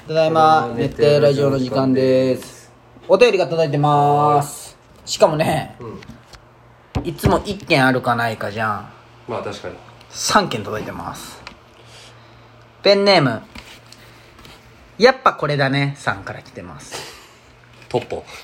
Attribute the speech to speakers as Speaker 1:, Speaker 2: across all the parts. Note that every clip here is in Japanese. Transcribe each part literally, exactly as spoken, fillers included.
Speaker 1: ただいま熱帯ラジオの時間です。お便りが届いてます。しかもね、うん、いつもいっけんあるかないかじゃん。
Speaker 2: まあ確かに
Speaker 1: さんけん届いてます。ペンネームやっぱこれだねさんから来てます。
Speaker 2: トッポこ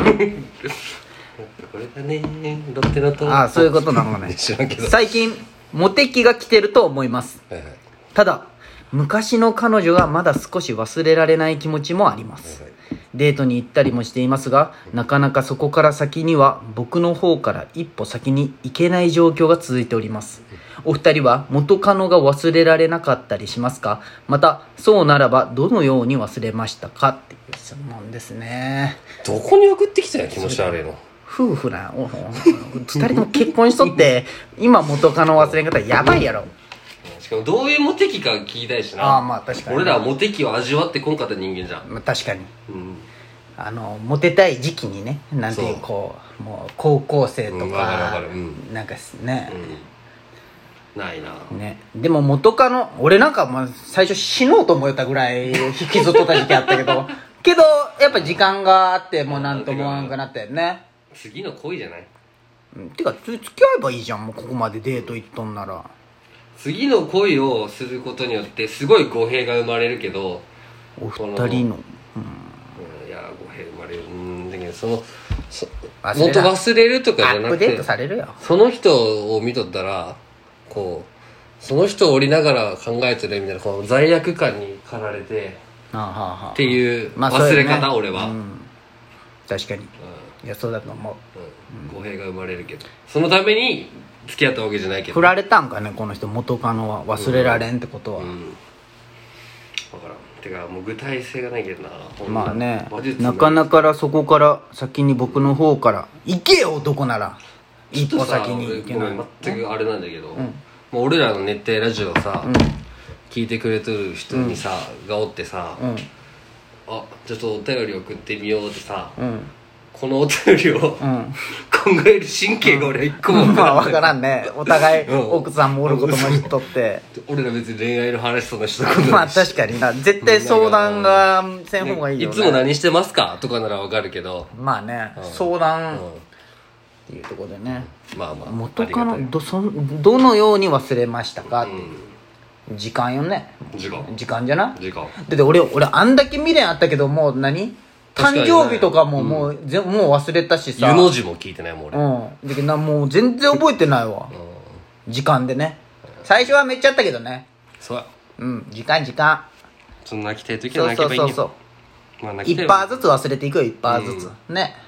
Speaker 2: れだねロッテのトッポ。
Speaker 1: ああ、そういうことなのね
Speaker 2: 知らんけど
Speaker 1: 最近モテ期が来てると思います、はいはい、ただ昔の彼女がまだ少し忘れられない気持ちもあります、はいはい、デートに行ったりもしていますが、なかなかそこから先には僕の方から一歩先に行けない状況が続いております。お二人は元カノが忘れられなかったりしますか？またそうならばどのように忘れましたかっていう質問ですね。
Speaker 2: どこに送ってきたんや気持ち悪いの。
Speaker 1: 夫婦な二人とも結婚しとって今元カノ忘れ方やばいやろ。
Speaker 2: しかもどういうモテ期か聞きたいしな。
Speaker 1: ああ、まあ確かに。
Speaker 2: 俺らはモテ期を味わってこんかった人間じゃん。
Speaker 1: まあ、確かに、
Speaker 2: うん、
Speaker 1: あのモテたい時期にね、なんていうこうもう高校生とか、うん、分かる分かる、うん、なんかね、
Speaker 2: うん、ないな
Speaker 1: ね。でも元カノ俺なんかまあ最初死のうと思ったぐらい引きずっとった時期あったけどけどやっぱ時間があってもうなんともなんかなったよね。
Speaker 2: 次の恋じゃない、
Speaker 1: うん、てか付き合えばいいじゃん、もうここまでデート行っとんなら。
Speaker 2: 次の恋をすることによってすごい語弊が生まれるけど、
Speaker 1: お二人の、
Speaker 2: うん、いや語弊生まれるんだけど、そのそもっと忘れるとかじゃなくて
Speaker 1: アップデートされるよ。
Speaker 2: その人を見とったらこうその人を降りながら考えてるみたいなこの罪悪感に駆られてっていう忘れ方、まあね、俺は、うん、
Speaker 1: 確かに、うん、いやそうだと思う、
Speaker 2: うん、語弊が生まれるけどそのために付き合ったわけじゃないけど
Speaker 1: 振られたんかねこの人元カノは。忘れられんってことは、うんうん、
Speaker 2: 分からん。てかもう具体性がないけどな。
Speaker 1: まあね、なかなかそこから先に僕の方から行けよ男なら一歩先に行けない。
Speaker 2: 全くあれなんだけど、うん、もう俺らの熱帯ラジオさ、うん、聞いてくれてる人にさ、うん、がおってさ、うん、あちょっとお便り送ってみようってさ、うんこのお便りを、うん、考える神経が俺は一個も分からん、
Speaker 1: まあ分からんね。お互い奥さんもおることも知っとって
Speaker 2: 俺ら別に恋愛の話そんなしたことないし
Speaker 1: まあ確かにな。絶対相談がせん方がいいよね。
Speaker 2: いつも何してますかとかなら分かるけど
Speaker 1: まあね、うん、相談っていうところでね、
Speaker 2: うん、まあまあ
Speaker 1: 元カノ ど, そどのように忘れましたかっていう、うん、時間よね。
Speaker 2: 時間
Speaker 1: 時間じゃない。
Speaker 2: 時間
Speaker 1: だって俺俺あんだけ未練あったけどもう何誕生日とかももう、うん、ぜもう忘れたしさ。
Speaker 2: 湯の字も聞いてないもん俺。
Speaker 1: うんだけどもう全然覚えてないわ、うん、時間でね。最初はめっちゃあったけどね。
Speaker 2: そうや
Speaker 1: うん時間時間
Speaker 2: そんな泣きたい時は泣けばいいんだよ。そうそう
Speaker 1: そう、まあ、いちパーセントずつ忘れていくよいちパーセントずつ、うん、ね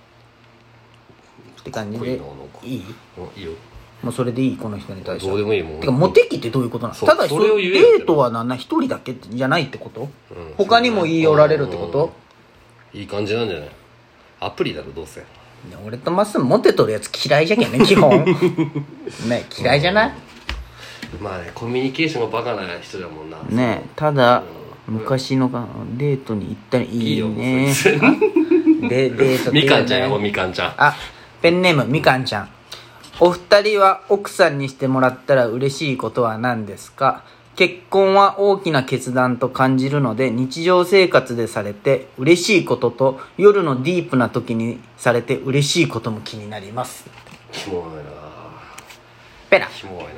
Speaker 1: って感じでいい。い
Speaker 2: いよ
Speaker 1: もうそれでいいこの人に対して
Speaker 2: どうでもいいもん。
Speaker 1: てかモテ期ってどういうことなの。ただそれを言えデートはな一人だけじゃないってこと、うん、他にも言い寄られるってこと、
Speaker 2: いい感じなんじゃない。アプリだろどうせ。
Speaker 1: 俺とまっすぐモテとるやつ嫌いじゃけんね基本ね嫌いじゃない、
Speaker 2: うん、まあねコミュニケーションがバカな人だもんな
Speaker 1: ね。ただ、うん、昔のデートに行ったらいいね。いいよでデート
Speaker 2: みかんちゃんやもうみかんちゃん。
Speaker 1: あペンネームみかんちゃん。お二人は奥さんにしてもらったら嬉しいことは何ですか？結婚は大きな決断と感じるので日常生活でされて嬉しいことと夜のディープな時にされて嬉しいことも気になります。
Speaker 2: キモいな
Speaker 1: ペラ
Speaker 2: キモいな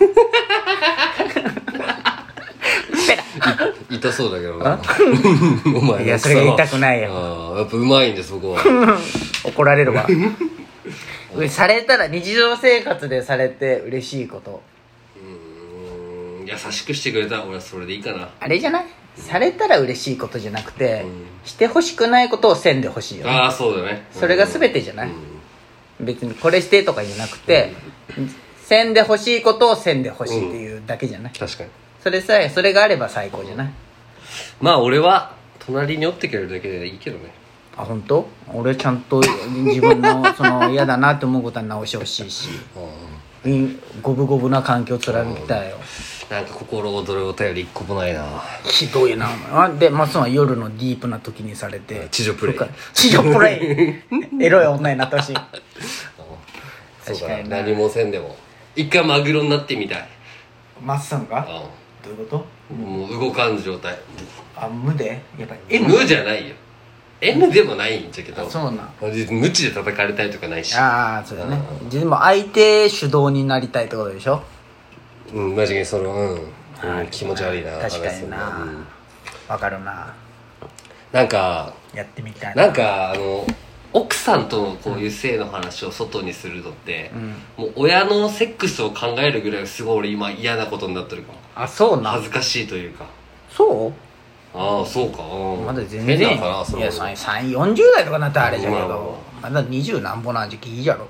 Speaker 1: ペラ
Speaker 2: 痛そうだけどなお前
Speaker 1: いやそれが痛くないよ。
Speaker 2: あやっぱうまいんです僕は
Speaker 1: 怒られるわされたら日常生活でされて嬉しいこと。
Speaker 2: 優しくしてくれたら俺はそれでいいかな。
Speaker 1: あれじゃない、うん、されたら嬉しいことじゃなくて、うん、してほしくないことをせんでほしいよね。
Speaker 2: ああそうだね、
Speaker 1: それが全てじゃない、うん、別にこれしてとかじゃなくて、うん、せんでほしいことをせんでほしいっていうだけじゃない、
Speaker 2: うん、確かに
Speaker 1: それさえそれがあれば最高じゃない、うん、
Speaker 2: まあ俺は隣に寄ってくれるだけでいいけどね。
Speaker 1: あ本当？俺ちゃんと自分のその嫌だなって思うことは直してほしいし五分五分な環境を貫きたいよ。
Speaker 2: なんか心躍るお便り一個もないな。
Speaker 1: ひどいな。でマスは夜のディープな時にされて
Speaker 2: 地上プレイ
Speaker 1: 地上プレイエロい女になってほしい
Speaker 2: そうかな。何もせんでも一回マグロになってみたい。
Speaker 1: マスさんがどういうこと？
Speaker 2: もう動かん状態。
Speaker 1: あ、無でやっぱ M
Speaker 2: 無じゃないよ。 M でもないんだけど、
Speaker 1: そうなん
Speaker 2: 無知で叩かれたりとかないし。
Speaker 1: ああそうだね、でも相手主導になりたいってことでしょ。
Speaker 2: うんマジでそのうん、うん、気持ち悪いな。
Speaker 1: 確かにな、わ、うん、かるな。
Speaker 2: なんか
Speaker 1: やってみたいな。
Speaker 2: なんかあの奥さんとのこういう性の話を外にするのって、うん、もう親のセックスを考えるぐらいすごい俺今嫌なことになってるかも。
Speaker 1: あ、そうな。
Speaker 2: 恥ずかしいというか。
Speaker 1: そう
Speaker 2: ああそうか、うん、
Speaker 1: まだ全然
Speaker 2: 変なかな。そ
Speaker 1: いやさんよんじゅう代とかなったらあれじゃけど、まだにじゅうなんぼの時期いいじゃろ。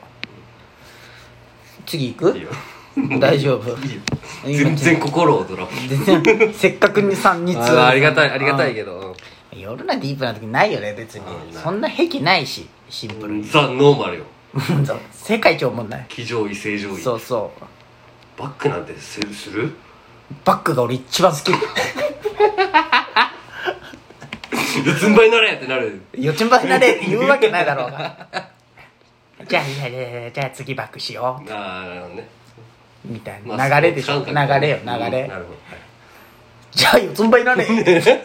Speaker 1: 次行く？いいよ大丈夫。いいよ
Speaker 2: 全然心躍らん。
Speaker 1: 全然せっかくにさんにつ
Speaker 2: あありがたいありがたいけど、
Speaker 1: うん、夜なディープな時ないよね別に、うん、そんな癖ないしシンプルに
Speaker 2: ザ・ノーマルよ
Speaker 1: そう世界一思んない。
Speaker 2: 騎乗位正常位。
Speaker 1: そうそう
Speaker 2: バックなんてするする
Speaker 1: バックが俺一番好き。
Speaker 2: 四つん這いになれってなる。
Speaker 1: 四つん這いになれって言うわけないだろうが。じゃあいやいやいやじゃあ次バックしよう。
Speaker 2: ああなるほどね。
Speaker 1: みたいな、まあ、流れでしょ。流れよ流れ、うん、なるほど、はい、じゃあ四つん這いになれ。はい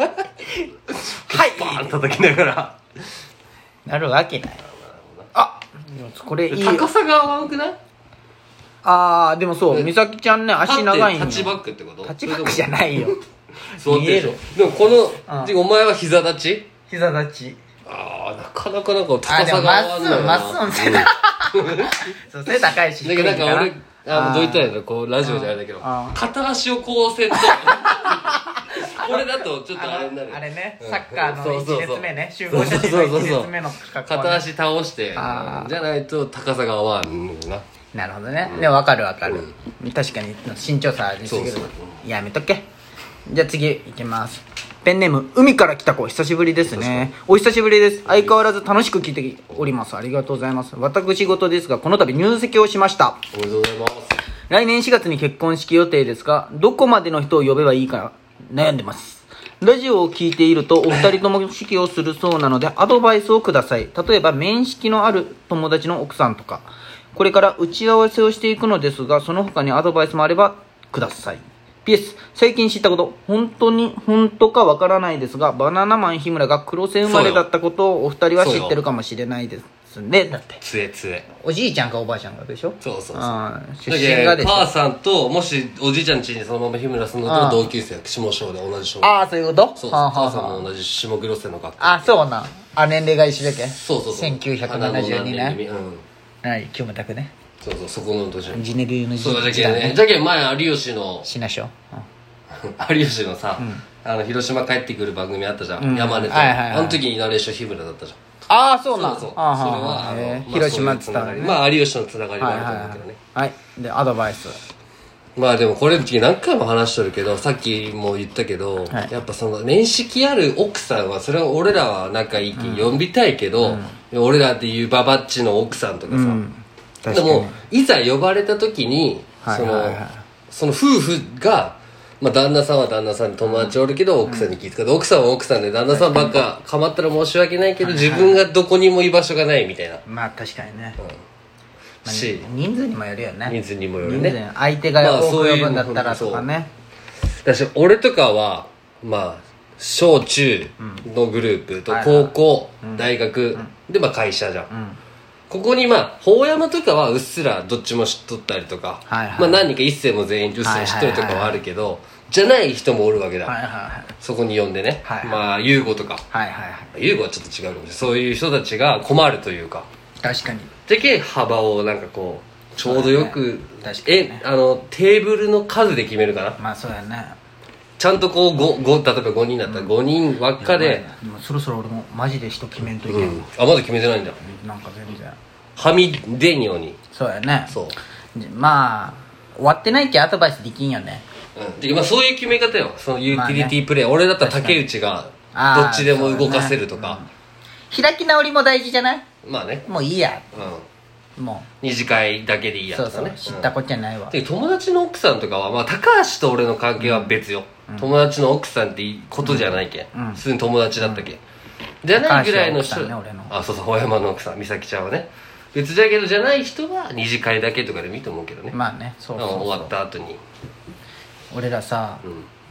Speaker 2: バーン叩きながら
Speaker 1: なるわけない。あこれいいよ。
Speaker 2: 高さが合わくない？
Speaker 1: あーでもそう美咲ちゃんね足長いんよ。
Speaker 2: タッチバックってこと？
Speaker 1: タッチバックじゃないよ。
Speaker 2: 見える。でもこの、うん、お前は膝立ち？
Speaker 1: 膝立ち。
Speaker 2: ああなかなかなんか高さが合わんのよな。
Speaker 1: まっすぐまっすぐそう背高いし。
Speaker 2: だからなんか俺あのどう言ったらいいのこうラジオじゃあれだけど片足をこうせんとこれだとちょっとあれになる。
Speaker 1: あれね、うん、サッカーのいち列目ね、集合写真のいち列目の格好、ね、
Speaker 2: 片足倒してじゃないと高さが合わんのな。
Speaker 1: なるほどね、うん、でも分かる分かる、うん、確かに身長差ありすぎる。そうそう、うん、やめとけ。じゃあ次いきます。ペンネーム海から来た子、久しぶりですね。お久しぶりです。相変わらず楽しく聞いております。ありがとうございます。私事ですがこの度入籍をしました。
Speaker 2: おめでとうございます。
Speaker 1: 来年しがつに結婚式予定ですがどこまでの人を呼べばいいか悩んでます。ラジオを聞いているとお二人とも式をするそうなのでアドバイスをください。例えば面識のある友達の奥さんとか。これから打ち合わせをしていくのですがその他にアドバイスもあればください。 ピーエス 最近知ったこと、本当に本当かわからないですがバナナマン日村が黒瀬生まれだったことをお二人は知ってるかもしれないですね。だって
Speaker 2: つえつえ
Speaker 1: おじいちゃんかおばあちゃんかでしょ。
Speaker 2: そうそうそう。
Speaker 1: あ
Speaker 2: 出身がでしょ。母さんともしおじいちゃん家にそのまま日村住んだと同級生、下小で同じ小。
Speaker 1: ああそういうこと。
Speaker 2: そうそう、母さんも同じ下黒瀬の学校。
Speaker 1: あそうなん。あ年齢が一緒だけ。
Speaker 2: そうそうそう。
Speaker 1: せんきゅうひゃくななじゅうにねん。
Speaker 2: うん。
Speaker 1: はいキムタクね。
Speaker 2: そうそうそこの年。
Speaker 1: ジネルの
Speaker 2: 時そうだけね。だけ前有吉の
Speaker 1: しなしょ。
Speaker 2: 有吉のさ、あの広島帰ってくる番組あったじゃん。山根と。あの時にナレーション日村だったじゃん。あ
Speaker 1: あそうなん。
Speaker 2: そうそう。それはあの広島つながり。まあ有吉のつながりもあると思うけどね。
Speaker 1: はいでアドバイス。
Speaker 2: まあでもこれ何回も話しとるけどさっきも言ったけど、はい、やっぱその面識ある奥さんはそれは俺らは仲いいき呼びたいけど、うん、俺らっていうババッチの奥さんとかさ、うん、でもいざ呼ばれた時に、はい、その、はいはいはい、その夫婦が、まあ、旦那さんは旦那さんで友達おるけど奥さんに気遣って、うん、奥さんは奥さんで旦那さんばっかかまったら申し訳ないけど、はいはい、自分がどこにも居場所がないみたいな。
Speaker 1: まあ確かにね、うん
Speaker 2: し
Speaker 1: 人数にもよるよね。
Speaker 2: 人数にもよるね。
Speaker 1: 相手が多く呼ぶんだったらとかね。
Speaker 2: だし俺とかはまあ小中のグループと高校、うん、大学、うん、でまあ会社じゃん、うん、ここにまあ法山とかはうっすらどっちも知っとったりとか、はいはい、まあ何人か一斉も全員うっすら知っとるとかはあるけど、はいはいはいはい、じゃない人もおるわけだ、はいはいはい、そこに呼んでね、はいはい、まあ優吾とか、はいはいはい、優吾はちょっと違うかもしれない。そういう人たちが困るというか、
Speaker 1: 確かに
Speaker 2: だけ幅をなんかこうちょうどよく、ね、えあのテーブルの数で決めるかな。
Speaker 1: まあそうやね。
Speaker 2: ちゃんとこう 5, 5例えばごにんだったらごにん輪っかで、
Speaker 1: うん、もそろそろ俺もマジで人決めんといけん、うん、
Speaker 2: あまだ決めてないんだ。
Speaker 1: なんか全然
Speaker 2: はみ出んように。
Speaker 1: そうやね。
Speaker 2: そう
Speaker 1: まあ終わってないけアドバイスできんよね。
Speaker 2: うんで、まあ、そういう決め方よ。そのユーティリティプレイ、まあね、俺だったら竹内がどっちでも動かせるとか、ね
Speaker 1: うん、開き直りも大事じゃない。
Speaker 2: まあね
Speaker 1: もういいや、
Speaker 2: うん、もう二次会だけでいいやとかね。
Speaker 1: そうそう知ったこっちゃないわ、
Speaker 2: うん、で友達の奥さんとかは、まあ、高橋と俺の関係は別よ、うん、友達の奥さんってことじゃないけ、うん、普通に友達だったけ、うん、じゃないぐらいの人、ね、俺のあそうそう大山の奥さん美咲ちゃんはね別だけどじゃない人は二次会だけとかでもいいと思うけどね。
Speaker 1: まあねそうそうそう
Speaker 2: 終わった後に
Speaker 1: 俺らさ、うん、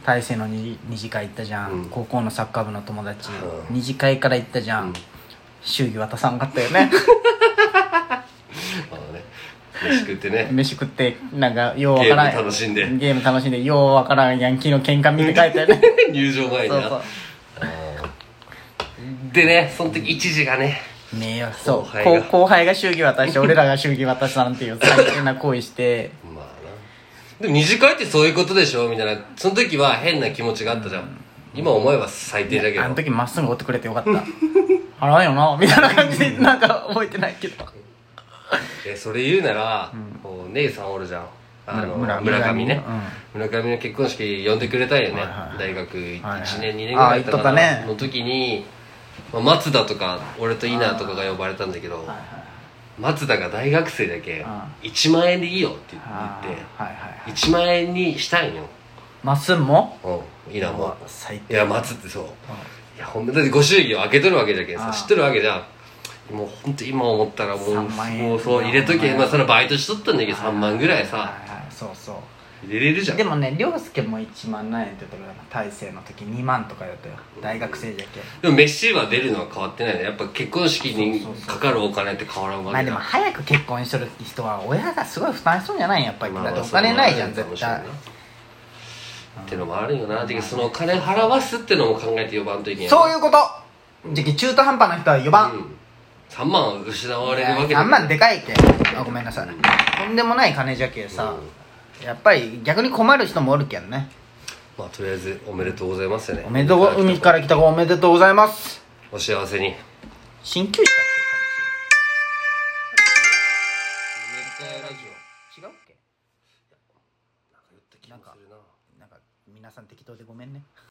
Speaker 1: 大勢の二二次会行ったじゃん、
Speaker 2: うん、
Speaker 1: 高校のサッカー部の友達、
Speaker 2: うん、
Speaker 1: 二次会から行ったじゃん、うん、祝儀渡さんかったよね
Speaker 2: 飯食ってね
Speaker 1: 飯食ってなんかようわからん
Speaker 2: ゲーム楽しんで
Speaker 1: ゲーム楽しんでようわからんヤンキーの喧嘩見て帰ったよね
Speaker 2: 入場前にな。そうそうでねその時一時がね
Speaker 1: ねえよそう後輩が後輩が祝儀渡して俺らが祝儀渡したなんていう最低な行為して
Speaker 2: まあな。でも二次会ってそういうことでしょみたいな。その時は変な気持ちがあったじゃん、うん、今思えば最低だけど、
Speaker 1: あの時まっすぐ追ってくれてよかった払わんよなみたいな感じでなんか覚えてないけど
Speaker 2: えそれ言うなら、うん、こう姉さんおるじゃんあの村, 村上ね、うん、村上の結婚式呼んでくれたよね、はいはい、大学いちねん、はいはい、にねんぐらいだったかな、ね、の時に、まあ、松田とか俺と稲とかが呼ばれたんだけど、はいはい、松田が大学生だけいちまん円でいいよって言って、はいはい、いちまん円にしたいのよ。
Speaker 1: まっすんも
Speaker 2: うん稲もいや松ってそう、うん、いやほんだってご祝儀を開けとるわけじゃけんさ知ってるわけじゃん。もうほんと今思ったらもうもうそう入れとけ、まあそのバイトしとったんだけどさんまんぐらいさ、はいはいはい、そうそう入れれるじゃん。
Speaker 1: でもね涼介もいちまん何円って言ったから大勢の時にまんとかだったよ大学生じゃけ、うん、
Speaker 2: でも飯は出るのは変わってないね。やっぱ結婚式にかかるお金って変わらんわけだ。まあで
Speaker 1: も早く結婚しとる人は親がすごい負担しそうじゃないやっぱり、まあ、だってお金ないじゃん絶対
Speaker 2: ってのもあるよな。でそのお金払わすってのも考えて呼ばんといけない。
Speaker 1: そういうことじゃけ中途半端な人は呼ばん、うん
Speaker 2: さんまん失われるわけだ。
Speaker 1: さんまんでかいけあごめんなさい、うん、とんでもない金じゃけさ、うん、やっぱり逆に困る人もおるけんね。
Speaker 2: まあとりあえずおめでとうございますよね。
Speaker 1: おめでとう海から来た子おめでとうございます。
Speaker 2: お幸せに。
Speaker 1: 鍼灸師だっていう彼氏違うっけ。なんか言った気がするな。なんか皆さん適当でごめんね